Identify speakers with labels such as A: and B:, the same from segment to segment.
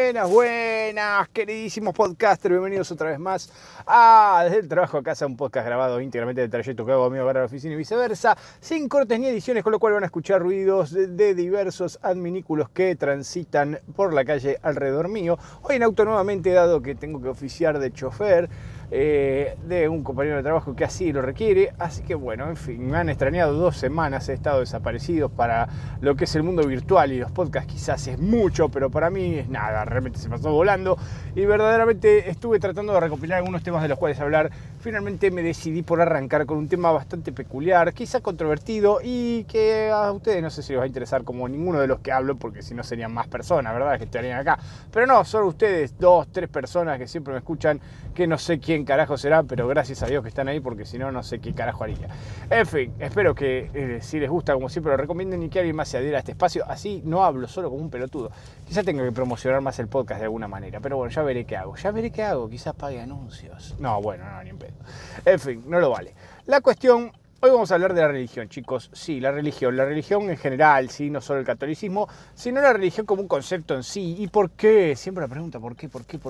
A: Buenas, buenas, queridísimos podcasters, bienvenidos otra vez más a Desde el Trabajo a Casa, un podcast grabado íntegramente del trayecto que hago a mi hogar a la oficina y viceversa, sin cortes ni ediciones, con lo cual van a escuchar ruidos de diversos adminículos que transitan por la calle alrededor mío. Hoy en auto nuevamente, dado que tengo que oficiar de chofer de un compañero de trabajo que así lo requiere, así que bueno, en fin, me han extrañado 2 semanas, he estado desaparecido. Para lo que es el mundo virtual y los podcasts quizás es mucho, pero para mí es nada, realmente se pasó volando y verdaderamente estuve tratando de recopilar algunos temas de los cuales hablar. Finalmente me decidí por arrancar con un tema bastante peculiar, quizás controvertido y que a ustedes no sé si les va a interesar como ninguno de los que hablo, porque si no serían más personas, ¿verdad?, que estarían acá. Pero no, son ustedes 2, 3 personas que siempre me escuchan, que no sé quién carajo será, pero gracias a Dios que están ahí, porque si no, no sé qué carajo haría. En fin, espero que si les gusta, como siempre, lo recomienden y que alguien más se adhiera a este espacio. Así no hablo solo como un pelotudo. Quizás tenga que promocionar más el podcast de alguna manera, pero bueno, ya veré qué hago. Quizás pague anuncios. No, bueno, no, ni en pedo. En fin, no lo vale. La cuestión... Hoy vamos a hablar de la religión, chicos. Sí, la religión en general, sí, no solo el catolicismo, sino la religión como un concepto en sí. ¿Y por qué? Siempre la pregunta, ¿por qué?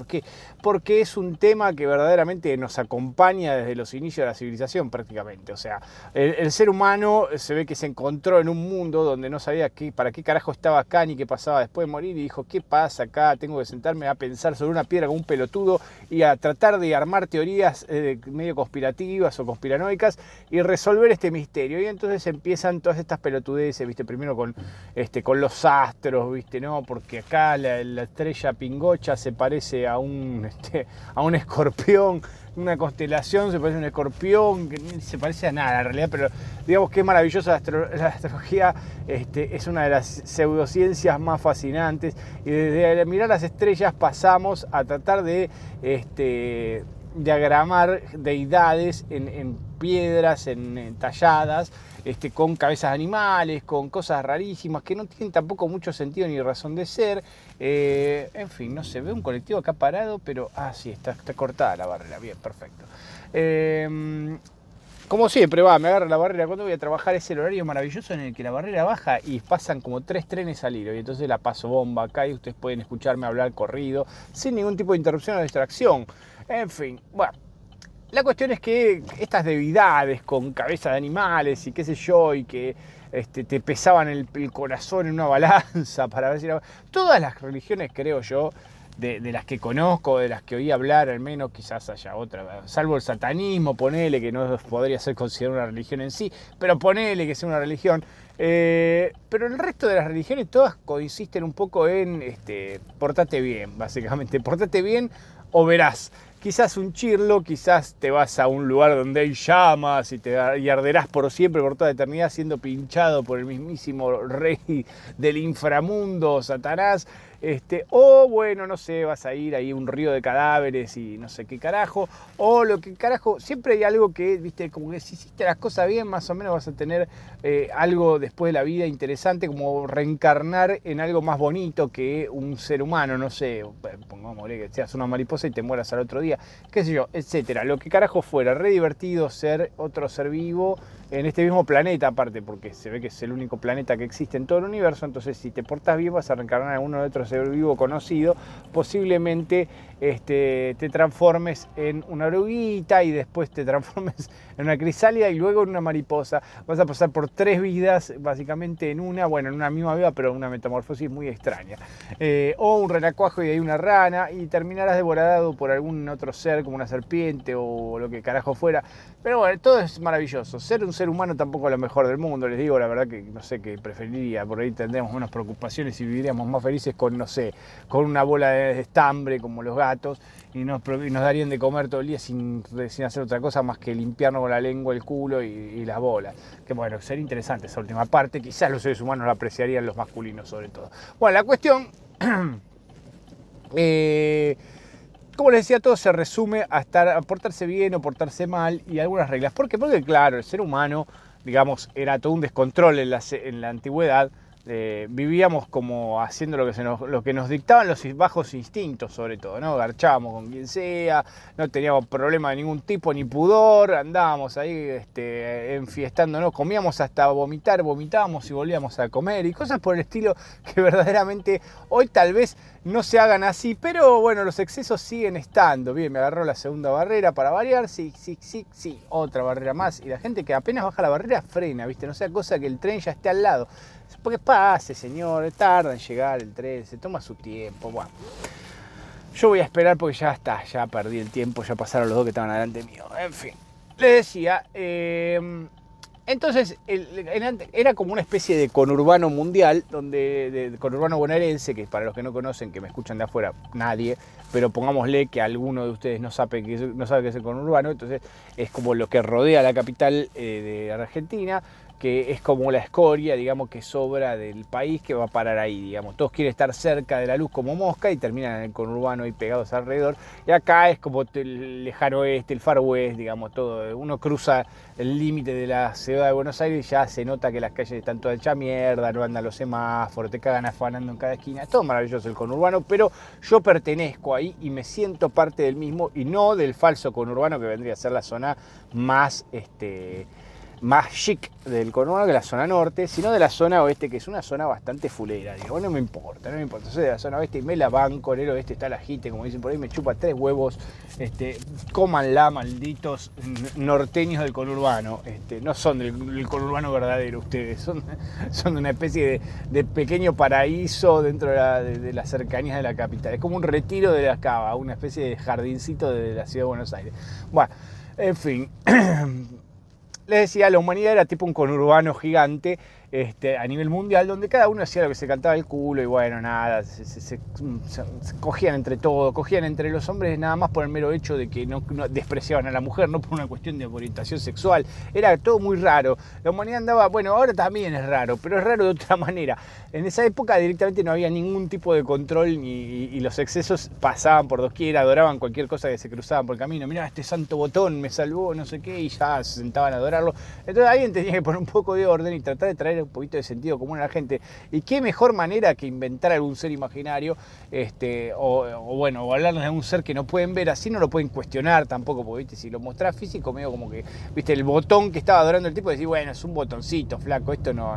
A: Porque es un tema que verdaderamente nos acompaña desde los inicios de la civilización prácticamente. O sea, el ser humano se ve que se encontró en un mundo donde no sabía para qué carajo estaba acá ni qué pasaba después de morir, y dijo, ¿qué pasa acá? Tengo que sentarme a pensar sobre una piedra como un pelotudo y a tratar de armar teorías medio conspirativas o conspiranoicas y resolver este misterio. Y entonces empiezan todas estas pelotudeces, ¿viste? Primero con los astros, ¿viste? ¿No? Porque acá la estrella Pingocha se parece a un escorpión, una constelación se parece a un escorpión, que ni se parece a nada en realidad, pero digamos que es maravillosa la astrología. Es una de las pseudociencias más fascinantes, y desde mirar las estrellas pasamos a tratar de diagramar deidades en piedras talladas, con cabezas de animales, con cosas rarísimas que no tienen tampoco mucho sentido ni razón de ser. En fin, no se ve un colectivo acá parado, pero sí, está cortada la barrera, bien, perfecto. Como siempre, me agarra la barrera cuando voy a trabajar. Es el horario maravilloso en el que la barrera baja y pasan como 3 trenes al hilo, y entonces la paso bomba acá y ustedes pueden escucharme hablar corrido sin ningún tipo de interrupción o distracción. En fin, bueno, la cuestión es que estas deidades con cabeza de animales y qué sé yo, y que te pesaban el corazón en una balanza para ver si todas las religiones, creo yo, de las que conozco, de las que oí hablar, al menos, quizás haya otra, salvo el satanismo, ponele, que no podría ser considerado una religión en sí, pero ponele que sea una religión. Pero el resto de las religiones todas coinciden un poco en portate bien, básicamente. Portate bien o verás. Quizás un chirlo, quizás te vas a un lugar donde hay llamas y arderás por siempre, por toda la eternidad, siendo pinchado por el mismísimo rey del inframundo, Satanás. O bueno, no sé, vas a ir ahí a un río de cadáveres y no sé qué carajo, o lo que carajo, siempre hay algo que, viste, como que si hiciste las cosas bien, más o menos vas a tener algo después de la vida interesante, como reencarnar en algo más bonito que un ser humano, no sé, pongámosle que seas una mariposa y te mueras al otro día, qué sé yo, etcétera. Lo que carajo fuera, re divertido ser otro ser vivo en este mismo planeta, aparte, porque se ve que es el único planeta que existe en todo el universo. Entonces, si te portas bien, vas a reencarnar en uno de otro ser vivo conocido. Posiblemente te transformes en una oruguita y después te transformes en una crisálida y luego en una mariposa. Vas a pasar por 3 vidas, básicamente en una misma vida, pero una metamorfosis muy extraña. O un renacuajo y hay una rana, y terminarás devorado por algún otro ser, como una serpiente o lo que carajo fuera. Pero bueno, todo es maravilloso. Ser un ser humano tampoco es lo mejor del mundo, les digo la verdad, que no sé qué preferiría. Por ahí tendríamos menos preocupaciones y viviríamos más felices con, no sé, con una bola de estambre como los gatos, y nos darían de comer todo el día sin hacer otra cosa más que limpiarnos con la lengua el culo y las bolas. Que bueno, sería interesante esa última parte. Quizás los seres humanos la apreciarían, los masculinos sobre todo. Bueno, la cuestión... como les decía, todo se resume a portarse bien o portarse mal y algunas reglas. ¿Por qué? Porque claro, el ser humano, digamos, era todo un descontrol en la antigüedad. vivíamos como haciendo lo que nos dictaban los bajos instintos, sobre todo, ¿no? Garchábamos con quien sea, no teníamos problema de ningún tipo ni pudor, andábamos ahí enfiestándonos, comíamos hasta vomitar, vomitábamos y volvíamos a comer y cosas por el estilo que verdaderamente hoy tal vez no se hagan así, pero bueno, los excesos siguen estando. Bien, me agarró la segunda barrera para variar, sí, otra barrera más, y la gente que apenas baja la barrera frena, ¿viste? No sea cosa que el tren ya esté al lado. Porque pase, señor, tarda en llegar el tren, se toma su tiempo. Bueno, yo voy a esperar porque ya está, ya perdí el tiempo, ya pasaron los dos que estaban adelante mío. En fin, le decía, entonces era como una especie de conurbano mundial, de conurbano bonaerense, que para los que no conocen, que me escuchan de afuera, nadie, pero pongámosle que alguno de ustedes no sabe qué es el conurbano, entonces es como lo que rodea la capital de Argentina, que es como la escoria, digamos, que sobra del país que va a parar ahí, digamos. Todos quieren estar cerca de la luz como mosca y terminan en el conurbano ahí pegados alrededor. Y acá es como el lejano oeste, el far west, digamos, todo. Uno cruza el límite de la ciudad de Buenos Aires y ya se nota que las calles están todas hechas mierda, no andan los semáforos, te cagan afanando en cada esquina. Es todo maravilloso el conurbano, pero yo pertenezco ahí y me siento parte del mismo y no del falso conurbano que vendría a ser la zona más más chic del conurbano, que la zona norte, sino de la zona oeste, que es una zona bastante fulera. Digo, no me importa, soy de la zona oeste y me la banco, en el oeste está la jite, como dicen por ahí, me chupa 3 huevos, cómanla, malditos norteños del conurbano, no son del conurbano verdadero ustedes, son de una especie de pequeño paraíso dentro de las cercanías de la capital, es como un retiro de la cava, una especie de jardincito de la ciudad de Buenos Aires. Bueno, en fin... Les decía, la humanidad era tipo un conurbano gigante a nivel mundial, donde cada uno hacía lo que se cantaba el culo y bueno, nada, se cogían entre todos, cogían entre los hombres nada más por el mero hecho de que no despreciaban a la mujer, no por una cuestión de orientación sexual, era todo muy raro. La humanidad andaba, bueno, ahora también es raro, pero es raro de otra manera. En esa época directamente no había ningún tipo de control y los excesos pasaban por doquier, adoraban cualquier cosa que se cruzaban por el camino. Mirá, este santo botón me salvó, no sé qué, y ya se sentaban a adorarlo. Entonces alguien tenía que poner un poco de orden y tratar de traer un poquito de sentido común a la gente. Y qué mejor manera que inventar algún ser imaginario, o hablarnos de un ser que no pueden ver, así no lo pueden cuestionar tampoco, porque ¿viste? Si lo mostrás físico, medio como que, viste, el botón que estaba adorando el tipo, decís, bueno, es un botoncito, flaco, esto no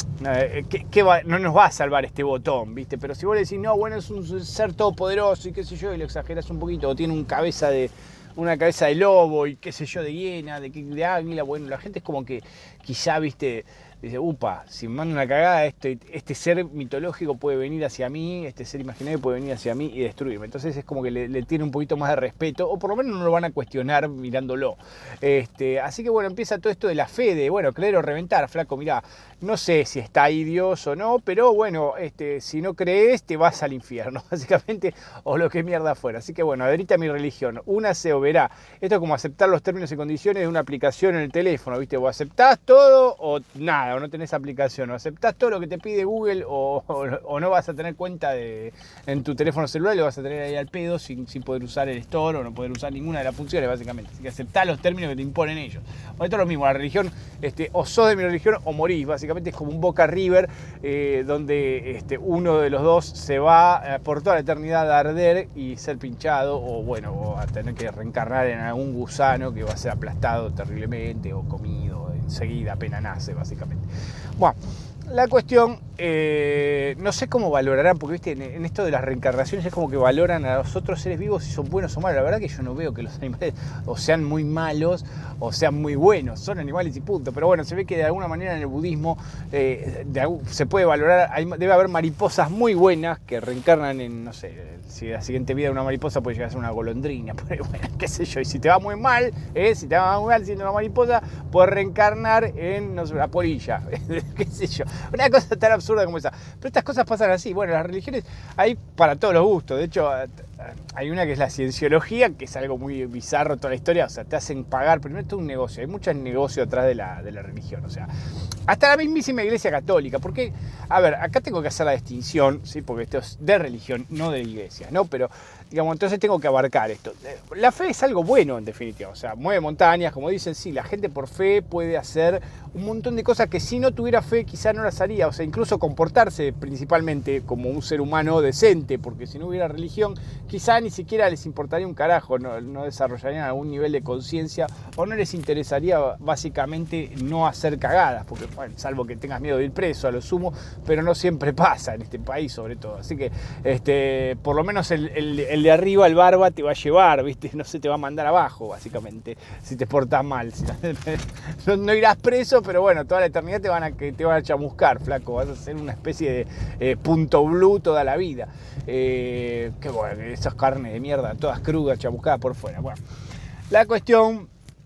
A: nos va a salvar este botón, ¿viste? Pero si vos le decís, no, bueno, es un ser todopoderoso y qué sé yo, y lo exagerás un poquito, o tiene una cabeza de lobo y qué sé yo, de hiena, de águila, bueno, la gente es como que quizá, viste, dice, upa, si me manda una cagada, este ser mitológico puede venir hacia mí, este ser imaginario puede venir hacia mí y destruirme. Entonces es como que le tiene un poquito más de respeto, o por lo menos no lo van a cuestionar mirándolo. Así que bueno, empieza todo esto de la fe, de bueno, creer o reventar, flaco, mirá, no sé si está ahí Dios o no, pero bueno, si no crees, te vas al infierno, básicamente, o lo que mierda fuera. Así que bueno, adherite a mi religión, únase o verá. Esto es como aceptar los términos y condiciones de una aplicación en el teléfono, ¿viste? O aceptás todo o nada, o no tenés aplicación, o aceptás todo lo que te pide Google o no vas a tener cuenta en tu teléfono celular, lo vas a tener ahí al pedo sin poder usar el store o no poder usar ninguna de las funciones, básicamente. Así que aceptás los términos que te imponen ellos. Bueno, esto es lo mismo, la religión, o sos de mi religión o morís, básicamente es como un Boca River, donde uno de los dos se va por toda la eternidad a arder y ser pinchado, o a tener que reencarnar en algún gusano que va a ser aplastado terriblemente o comido enseguida apenas nace, básicamente. Bueno, la cuestión, no sé cómo valorarán, porque viste, en esto de las reencarnaciones es como que valoran a los otros seres vivos si son buenos o malos. La verdad que yo no veo que los animales o sean muy malos o sean muy buenos, son animales y punto. Pero bueno, se ve que de alguna manera en el budismo se puede valorar, debe haber mariposas muy buenas que reencarnan en, no sé, si la siguiente vida de una mariposa puede llegar a ser una golondrina, pero bueno, qué sé yo, y si te va muy mal, siendo una mariposa, puedes reencarnar en, no sé, una polilla, qué sé yo. Una cosa tan absurda como esa. Pero estas cosas pasan así. Bueno, las religiones hay para todos los gustos. De hecho, hay una que es la cienciología, que es algo muy bizarro toda la historia, o sea, te hacen pagar, primero esto es un negocio, hay mucho negocio atrás de la religión, o sea, hasta la mismísima Iglesia Católica, porque, a ver, acá tengo que hacer la distinción, ¿sí? Porque esto es de religión, no de iglesia, ¿no? Pero, digamos, entonces tengo que abarcar esto. La fe es algo bueno, en definitiva, o sea, mueve montañas, como dicen, sí, la gente por fe puede hacer un montón de cosas que si no tuviera fe quizá no las haría, o sea, incluso comportarse principalmente como un ser humano decente, porque si no hubiera religión, quizá ni siquiera les importaría un carajo, no desarrollarían algún nivel de conciencia o no les interesaría básicamente no hacer cagadas, porque, bueno, salvo que tengas miedo de ir preso a lo sumo, pero no siempre pasa en este país sobre todo, así que por lo menos el de arriba, el barba, te va a llevar, ¿viste? No se te va a mandar abajo, básicamente, si te portas mal. No irás preso, pero bueno, toda la eternidad te van a chamuscar, flaco, vas a ser una especie de punto blue toda la vida. Qué bueno, esas carnes de mierda, todas crudas, chamuscadas por fuera. Bueno, la cuestión,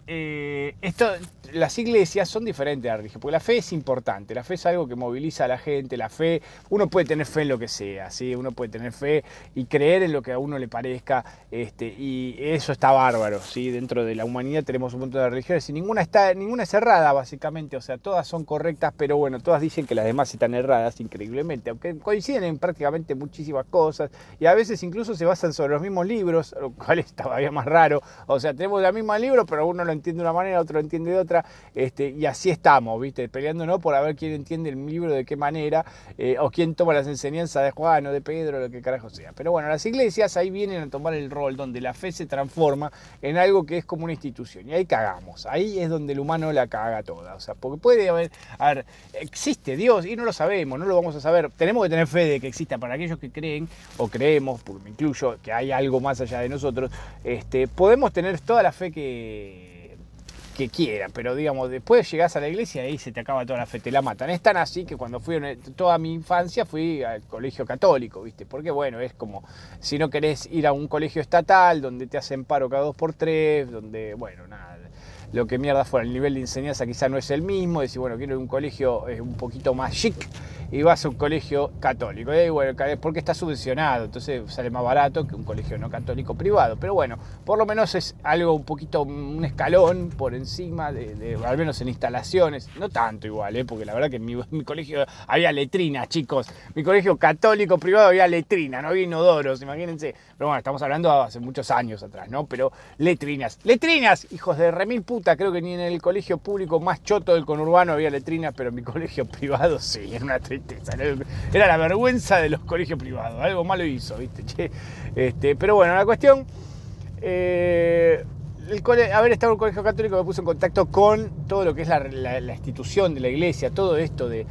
A: las iglesias son diferentes a la religión, porque la fe es importante, la fe es algo que moviliza a la gente, la fe, uno puede tener fe en lo que sea, ¿sí? Uno puede tener fe y creer en lo que a uno le parezca, y eso está bárbaro, ¿sí? Dentro de la humanidad tenemos un montón de religiones y ninguna es errada, básicamente, o sea, todas son correctas, pero bueno, todas dicen que las demás están erradas, increíblemente, aunque coinciden en prácticamente muchísimas cosas, y a veces incluso se basan sobre los mismos libros, lo cual es todavía más raro, o sea, tenemos el mismo libro, pero uno lo entiende de una manera, otro lo entiende de otra, y así estamos, ¿viste? Peleándonos por a ver quién entiende el libro de qué manera, o quién toma las enseñanzas de Juan o de Pedro, lo que carajo sea. Pero bueno, las iglesias ahí vienen a tomar el rol donde la fe se transforma en algo que es como una institución, y ahí cagamos, ahí es donde el humano la caga toda, o sea, porque puede haber, existe Dios y no lo sabemos, no lo vamos a saber, tenemos que tener fe de que exista para aquellos que creen o creemos, porque me incluyo, que hay algo más allá de nosotros, podemos tener toda la fe que quieran, pero digamos, después llegás a la iglesia y ahí se te acaba toda la fe, te la matan. Es tan así que cuando fui, toda mi infancia fui al colegio católico, ¿viste? Porque bueno, es como, si no querés ir a un colegio estatal, donde te hacen paro cada 2x3, donde, bueno, nada, lo que mierda fuera, el nivel de enseñanza quizá no es el mismo, decís, bueno, quiero ir a un colegio un poquito más chic, y vas a un colegio católico, y bueno, porque está subvencionado, entonces sale más barato que un colegio no católico privado, pero bueno, por lo menos es algo un poquito, un escalón por encima, al menos en instalaciones, no tanto igual, porque la verdad que en mi colegio había letrinas, chicos, mi colegio católico privado había letrina, no había inodoros, imagínense, pero bueno, estamos hablando hace muchos años atrás, ¿no? Pero letrinas, hijos de remil puta, creo que ni en el colegio público más choto del conurbano había letrinas, pero en mi colegio privado sí, era una tristeza, era la vergüenza de los colegios privados, algo malo hizo, ¿viste? Che, pero bueno, la cuestión, haber estado en un colegio católico me puso en contacto con todo lo que es la institución de la iglesia, todo esto de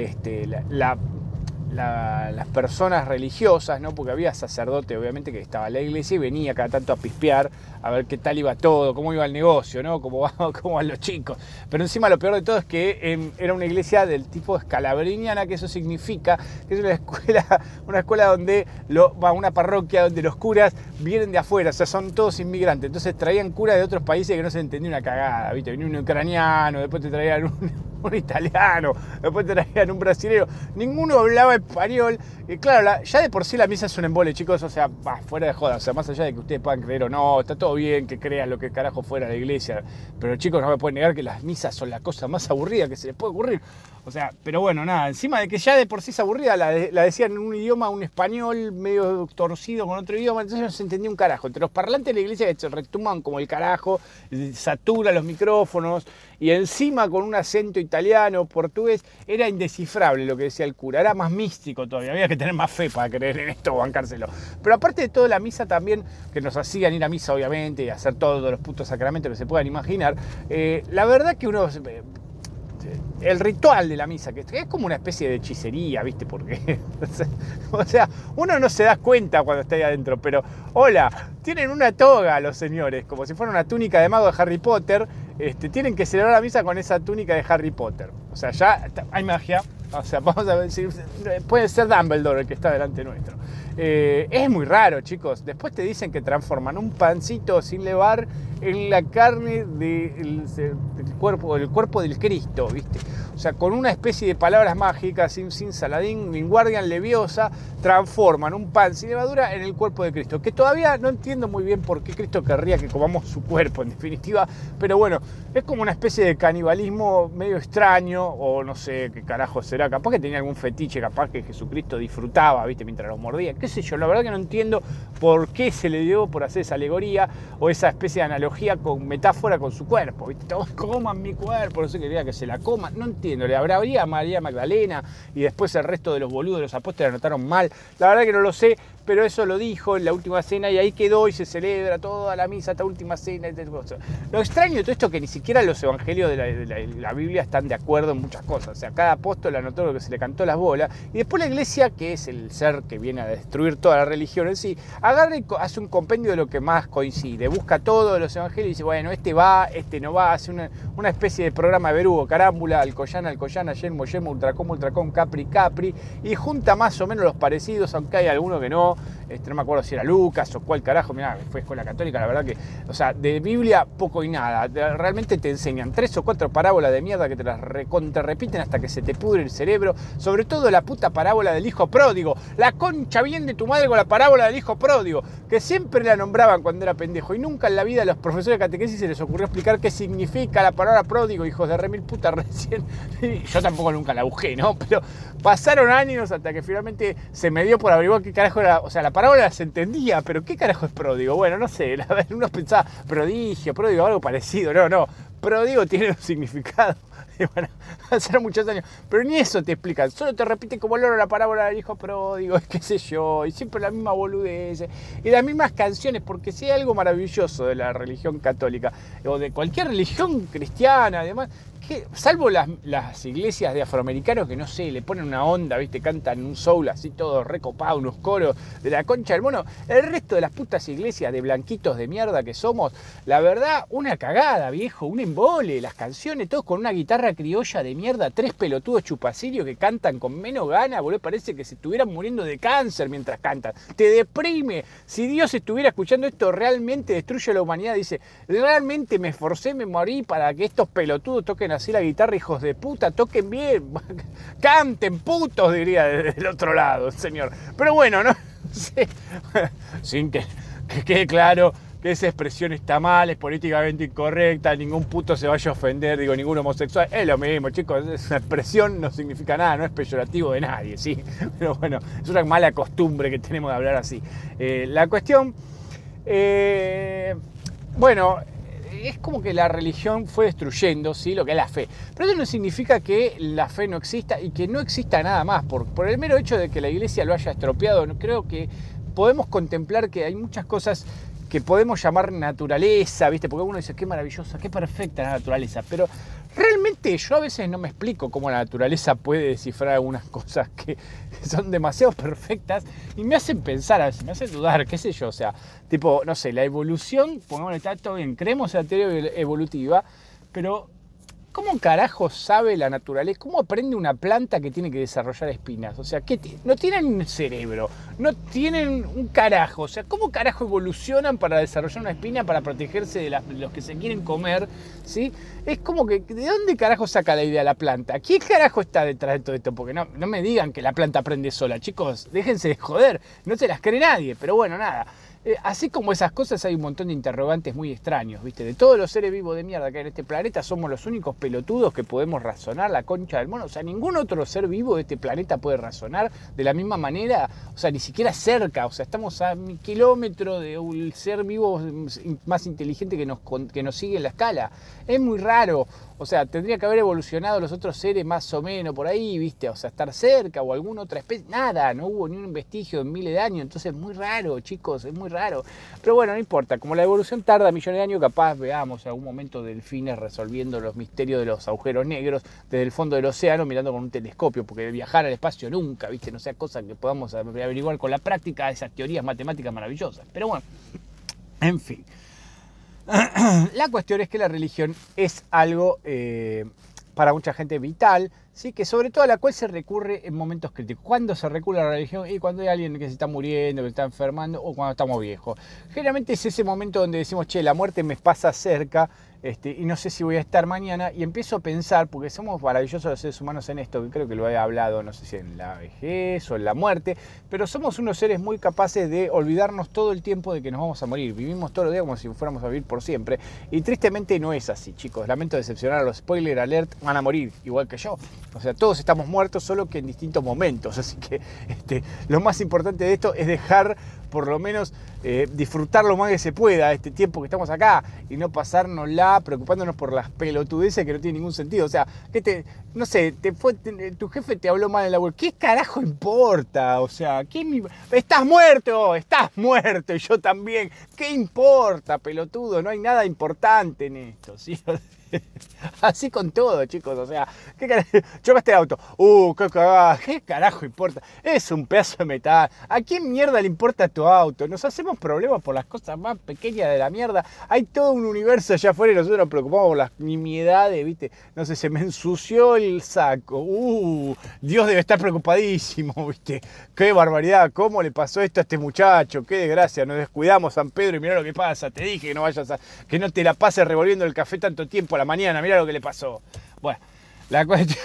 A: las personas religiosas, ¿no? Porque había sacerdote, obviamente, que estaba en la iglesia y venía cada tanto a pispear, a ver qué tal iba todo, cómo iba el negocio, ¿no? Cómo van los chicos. Pero encima lo peor de todo es que era una iglesia del tipo escalabriniana, que eso significa que es una escuela donde una parroquia donde los curas vienen de afuera, o sea, son todos inmigrantes. Entonces traían curas de otros países que no se entendía una cagada, ¿viste? Venía un ucraniano, después te traían un italiano, después te traían un brasilero, ninguno hablaba español, y claro, ya de por sí la misa es un embole, chicos, o sea, fuera de joda, o sea, más allá de que ustedes puedan creer o no, está todo bien que crean lo que carajo fuera la iglesia, pero chicos, no me pueden negar que las misas son la cosa más aburrida que se les puede ocurrir, o sea, pero bueno, nada, encima de que ya de por sí es aburrida, la decían en un idioma, un español medio torcido con otro idioma, entonces no se entendía un carajo, entre los parlantes de la iglesia que se retumban como el carajo, saturan los micrófonos, y encima con un acento italiano, portugués, era indescifrable lo que decía el cura, era más místico todavía, había que tener más fe para creer en esto o bancárselo. Pero aparte de todo, la misa también, que nos hacían ir a misa obviamente y hacer todos los putos sacramentos que se puedan imaginar, la verdad que uno... el ritual de la misa, que es como una especie de hechicería, ¿viste? Porque, o sea, uno no se da cuenta cuando está ahí adentro, pero, hola, tienen una toga los señores, como si fuera una túnica de mago de Harry Potter, tienen que celebrar la misa con esa túnica de Harry Potter. O sea, ya hay magia, o sea, vamos a ver si puede ser Dumbledore el que está delante nuestro. Es muy raro, chicos. Después te dicen que transforman un pancito sin levar en la carne del cuerpo del Cristo, ¿viste? O sea, con una especie de palabras mágicas, sin Saladín, Wingardium Leviosa, transforman un pan sin levadura en el cuerpo de Cristo. Que todavía no entiendo muy bien por qué Cristo querría que comamos su cuerpo, en definitiva. Pero bueno, es como una especie de canibalismo medio extraño, o no sé qué carajo será. Capaz que tenía algún fetiche, capaz que Jesucristo disfrutaba, ¿viste? Mientras los mordía. Qué sé yo, la verdad que no entiendo por qué se le dio por hacer esa alegoría o esa especie de analogía con metáfora con su cuerpo, ¿viste? Todos coman mi cuerpo, no sé, quería que se la coman. No entiendo. Le habría a María Magdalena y después el resto de los boludos de los apóstoles anotaron mal. La verdad que no lo sé, pero eso lo dijo en la última cena y ahí quedó y se celebra toda la misa, esta última cena. Lo extraño de todo esto es que ni siquiera los evangelios de la Biblia están de acuerdo en muchas cosas. O sea, cada apóstol anotó lo que se le cantó las bolas y después la iglesia, que es el ser que viene a destruir toda la religión en sí, agarra y hace un compendio de lo que más coincide. Busca todos los evangelios y dice, bueno, este va, este no va. Hace una especie de programa de Berugo, Carámbula, Alcoyana, Yelmo, Ultracom, Capri, y junta más o menos los parecidos, aunque hay alguno que no. No me acuerdo si era Lucas o cuál carajo, mirá, fue escuela católica, la verdad que, o sea, de Biblia poco y nada. Realmente te enseñan 3 o 4 parábolas de mierda que te las repiten hasta que se te pudre el cerebro. Sobre todo la puta parábola del hijo pródigo. La concha bien de tu madre con la parábola del hijo pródigo, que siempre la nombraban cuando era pendejo y nunca en la vida a los profesores de catequesis se les ocurrió explicar qué significa la palabra pródigo, hijos de remil puta recién. Yo tampoco nunca la busqué, ¿no? Pero pasaron años hasta que finalmente se me dio por averiguar qué carajo era. O sea, la parábola se entendía, pero ¿qué carajo es pródigo? Bueno, no sé, uno pensaba prodigio, pródigo, algo parecido. No, pródigo tiene un significado. Bueno, pasaron muchos años, pero ni eso te explican, solo te repiten como loro la parábola del hijo pródigo, qué sé yo, y siempre la misma boludez, y las mismas canciones, porque si hay algo maravilloso de la religión católica, o de cualquier religión cristiana, además, que, salvo las iglesias de afroamericanos que no sé, le ponen una onda, ¿viste? Cantan un soul así todo recopado, unos coros de la concha del mono. El resto de las putas iglesias de blanquitos de mierda que somos, la verdad, una cagada, viejo, un embole, las canciones, todos con una guitarra criolla de mierda, 3 pelotudos chupacirios que cantan con menos ganas, boludo, parece que se estuvieran muriendo de cáncer mientras cantan. Te deprime. Si Dios estuviera escuchando esto, realmente destruye la humanidad. Dice, realmente me esforcé, me morí para que estos pelotudos toquen así la guitarra, hijos de puta, toquen bien, canten putos, diría del otro lado, señor. Pero bueno, no sé, sin que quede claro que esa expresión está mal, es políticamente incorrecta, ningún puto se vaya a ofender, digo, ningún homosexual, es lo mismo, chicos, esa expresión no significa nada, no es peyorativo de nadie, ¿sí? Pero bueno, es una mala costumbre que tenemos de hablar así. La cuestión, bueno, es como que la religión fue destruyendo, ¿sí?, lo que es la fe. Pero eso no significa que la fe no exista y que no exista nada más. Por el mero hecho de que la iglesia lo haya estropeado, creo que podemos contemplar que hay muchas cosas que podemos llamar naturaleza, ¿viste? Porque uno dice, qué maravillosa, qué perfecta la naturaleza. Pero realmente yo a veces no me explico cómo la naturaleza puede descifrar algunas cosas que son demasiado perfectas y me hacen pensar, a veces me hacen dudar, qué sé yo, o sea, tipo, no sé, la evolución, pongámosle, está todo bien, creemos en la teoría evolutiva, pero ¿cómo carajo sabe la naturaleza? ¿Cómo aprende una planta que tiene que desarrollar espinas? O sea, no tienen un cerebro, no tienen un carajo. O sea, ¿cómo carajo evolucionan para desarrollar una espina para protegerse de los que se quieren comer? ¿Sí? Es como que, ¿de dónde carajo saca la idea la planta? ¿Quién carajo está detrás de todo esto? Porque no me digan que la planta aprende sola, chicos. Déjense de joder, no se las cree nadie. Pero bueno, nada. Así como esas cosas hay un montón de interrogantes muy extraños, ¿viste? De todos los seres vivos de mierda que hay en este planeta, somos los únicos pelotudos que podemos razonar la concha del mono. O sea, ningún otro ser vivo de este planeta puede razonar de la misma manera, o sea, ni siquiera cerca. O sea, estamos a 1 kilómetro de un ser vivo más inteligente que nos sigue en la escala. Es muy raro. O sea, tendría que haber evolucionado los otros seres más o menos por ahí, ¿viste? O sea, estar cerca o alguna otra especie. Nada, no hubo ni un vestigio en miles de años. Entonces es muy raro, chicos, es muy raro. Pero bueno, no importa. Como la evolución tarda millones de años, capaz veamos en algún momento delfines resolviendo los misterios de los agujeros negros desde el fondo del océano mirando con un telescopio. Porque viajar al espacio nunca, ¿viste? No sea cosa que podamos averiguar con la práctica de esas teorías matemáticas maravillosas. Pero bueno, en fin. La cuestión es que la religión es algo para mucha gente vital, ¿sí? Que sobre todo a la cual se recurre en momentos críticos. ¿Cuándo se recurre a la religión? Y cuando hay alguien que se está muriendo, que se está enfermando, o cuando estamos viejos. Generalmente es ese momento donde decimos, che, la muerte me pasa cerca, y no sé si voy a estar mañana, y empiezo a pensar, porque somos maravillosos los seres humanos en esto, que creo que lo he hablado, no sé si en la vejez o en la muerte, pero somos unos seres muy capaces de olvidarnos todo el tiempo de que nos vamos a morir. Vivimos todos los días como si fuéramos a vivir por siempre, y tristemente no es así, chicos. Lamento decepcionar a los spoiler alert, van a morir, igual que yo. O sea, todos estamos muertos, solo que en distintos momentos, así que lo más importante de esto es dejar, por lo menos, disfrutar lo más que se pueda este tiempo que estamos acá y no pasárnosla preocupándonos por las pelotudeces que no tienen ningún sentido. O sea, no sé, tu jefe te habló mal en la web. ¿Qué carajo importa? O sea, estás muerto y yo también. ¿Qué importa, pelotudo? No hay nada importante en esto, ¿sí? Así con todo, chicos. O sea, chocaste el auto. ¿Qué carajo importa? Es un pedazo de metal. ¿A quién mierda le importa tu auto? Nos hacemos problemas por las cosas más pequeñas de la mierda. Hay todo un universo allá afuera y nosotros nos preocupamos por las nimiedades, ¿viste? No sé, se me ensució el saco. Dios debe estar preocupadísimo, ¿viste? Qué barbaridad, ¿cómo le pasó esto a este muchacho? Qué desgracia, nos descuidamos, San Pedro, y mirá lo que pasa. Te dije que no te la pases revolviendo el café tanto tiempo a la mañana, mirá lo que le pasó. Bueno, la cuestión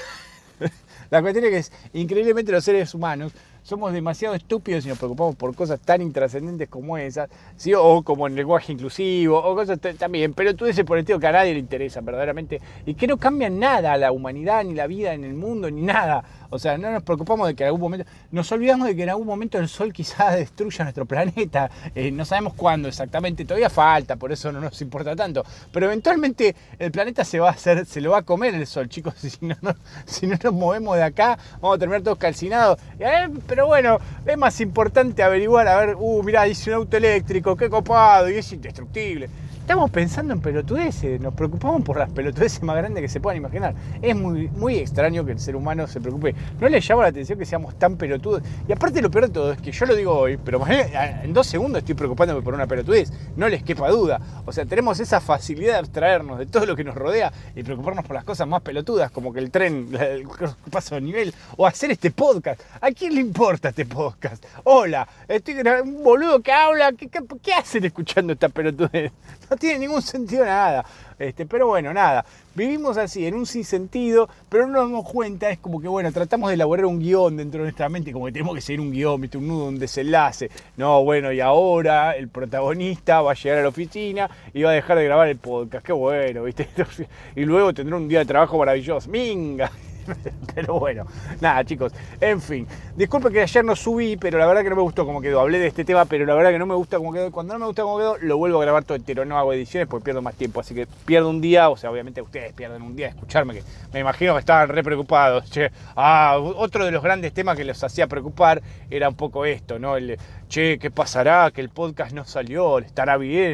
A: es que es increíblemente los seres humanos somos demasiado estúpidos y nos preocupamos por cosas tan intrascendentes como esas, ¿sí? O como el lenguaje inclusivo, o cosas también, pero tú dices por el tío que a nadie le interesa verdaderamente y que no cambian nada a la humanidad, ni la vida en el mundo, ni nada. O sea, no nos preocupamos de que en algún momento, nos olvidamos de que en algún momento el sol quizás destruya nuestro planeta, no sabemos cuándo exactamente, todavía falta, por eso no nos importa tanto, pero eventualmente el planeta se lo va a comer el sol, chicos, si no nos movemos de acá, vamos a terminar todos calcinados. Pero bueno, es más importante averiguar, mirá, dice un auto eléctrico, qué copado, y es indestructible. Estamos pensando en pelotudeces, nos preocupamos por las pelotudeces más grandes que se puedan imaginar. Es muy, muy extraño que el ser humano se preocupe. No le llama la atención que seamos tan pelotudos. Y aparte lo peor de todo es que yo lo digo hoy, pero en 2 segundos estoy preocupándome por una pelotudez. No les quepa duda. O sea, tenemos esa facilidad de abstraernos de todo lo que nos rodea y preocuparnos por las cosas más pelotudas, como que el tren, el paso de nivel, o hacer este podcast. ¿A quién le importa este podcast? Hola, estoy un boludo que habla. ¿Qué hacen escuchando esta pelotudez? No tiene ningún sentido nada. Pero bueno, nada. Vivimos así, en un sinsentido, pero no nos damos cuenta. Es como que, bueno, tratamos de elaborar un guión dentro de nuestra mente, como que tenemos que seguir un guión, ¿viste? Un nudo, un desenlace. No, bueno, y ahora el protagonista va a llegar a la oficina y va a dejar de grabar el podcast. Qué bueno, ¿viste? Y luego tendrá un día de trabajo maravilloso. ¡Minga! Pero bueno, nada, chicos, en fin, disculpen que ayer no subí, pero la verdad que no me gustó cómo quedó. Hablé de este tema, pero la verdad que no me gusta cómo quedó. Cuando no me gusta cómo quedó, lo vuelvo a grabar todo entero. No hago ediciones porque pierdo más tiempo, así que pierdo un día. O sea, obviamente ustedes pierden un día de escucharme, que me imagino que estaban re preocupados. Otro de los grandes temas que los hacía preocupar era un poco esto, ¿no? ¿Qué pasará? Que el podcast no salió, ¿le estará bien?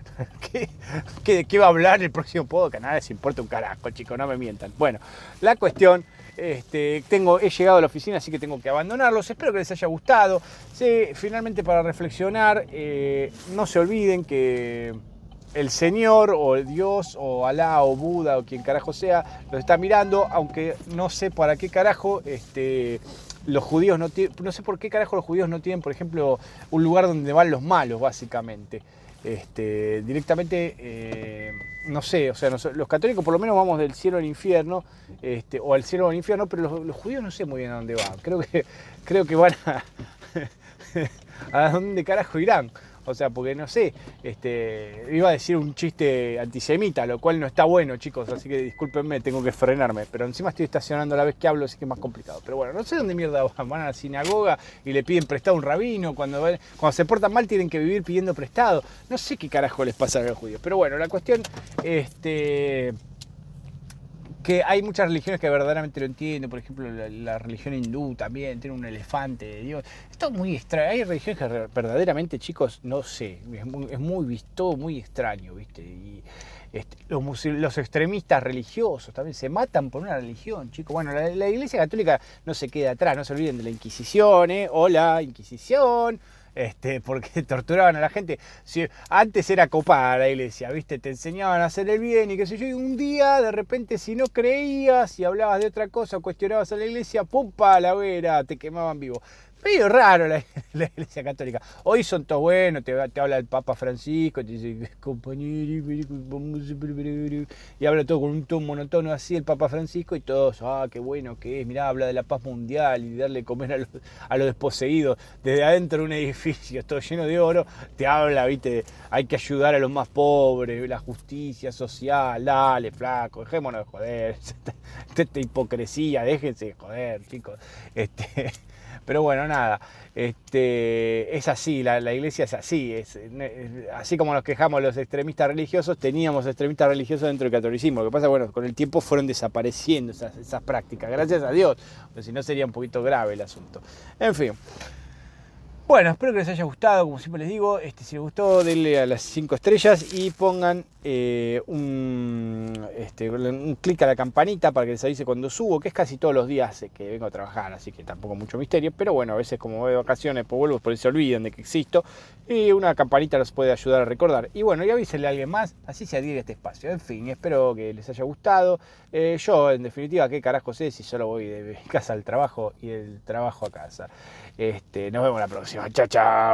A: ¿De qué va a hablar el próximo podcast? Nada les importa un carajo, chicos, no me mientan. Bueno, la cuestión, he llegado a la oficina, así que tengo que abandonarlos. Espero que les haya gustado. Sí, finalmente, para reflexionar, no se olviden que el Señor o el Dios o Alá o Buda o quien carajo sea los está mirando, aunque no sé para qué carajo los judíos no sé por qué carajo los judíos no tienen, por ejemplo, un lugar donde van los malos, básicamente. Directamente, no sé, o sea, los católicos por lo menos vamos del cielo al infierno, o al cielo al infierno, pero los judíos no sé muy bien a dónde van. Creo que van a dónde carajo irán. O sea, porque no sé, iba a decir un chiste antisemita, lo cual no está bueno, chicos, así que discúlpenme, tengo que frenarme. Pero encima estoy estacionando a la vez que hablo, así que es más complicado. Pero bueno, no sé dónde mierda van a la sinagoga y le piden prestado a un rabino. Cuando se portan mal tienen que vivir pidiendo prestado. No sé qué carajo les pasa a los judíos. Pero bueno, la cuestión, que hay muchas religiones que verdaderamente lo entienden. Por ejemplo, la religión hindú también tiene un elefante de Dios. Esto es muy extraño. Hay religiones que verdaderamente, chicos, no sé, es muy visto, muy extraño, ¿viste? Y los extremistas religiosos también se matan por una religión, chicos. Bueno, la Iglesia Católica no se queda atrás, no se olviden de la Inquisición, Hola, Inquisición. porque torturaban a la gente. Si, antes era copada la iglesia, ¿viste? Te enseñaban a hacer el bien y qué sé yo, y un día, de repente, si no creías y hablabas de otra cosa o cuestionabas a la iglesia, ¡pum! Pa, la hoguera, te quemaban vivo. Medio raro la iglesia católica. Hoy son todos buenos, te habla el Papa Francisco, te dice, compañero, y habla todo con un tono monotono así el Papa Francisco, y todos, qué bueno que es, mirá, habla de la paz mundial y de darle comer a los desposeídos desde adentro de un edificio, todo lleno de oro, te habla, viste, hay que ayudar a los más pobres, la justicia social, dale, flaco, dejémonos de joder, esta hipocresía, déjense de joder, chicos, Pero bueno, nada, es así, la iglesia es así, así como nos quejamos los extremistas religiosos, teníamos extremistas religiosos dentro del catolicismo. Lo que pasa, bueno, con el tiempo fueron desapareciendo esas prácticas, gracias a Dios, porque si no sería un poquito grave el asunto. En fin. Bueno, espero que les haya gustado, como siempre les digo, si les gustó denle a las 5 estrellas y pongan un clic a la campanita para que les avise cuando subo, que es casi todos los días que vengo a trabajar, así que tampoco mucho misterio, pero bueno, a veces como voy de vacaciones, pues vuelvo, por eso se olvidan de que existo, y una campanita los puede ayudar a recordar. Y bueno, y avísenle a alguien más, así se adhiere este espacio. En fin, espero que les haya gustado. Yo, en definitiva, ¿qué carajo sé si solo voy de casa al trabajo y del trabajo a casa? Nos vemos la próxima. Chao, chao.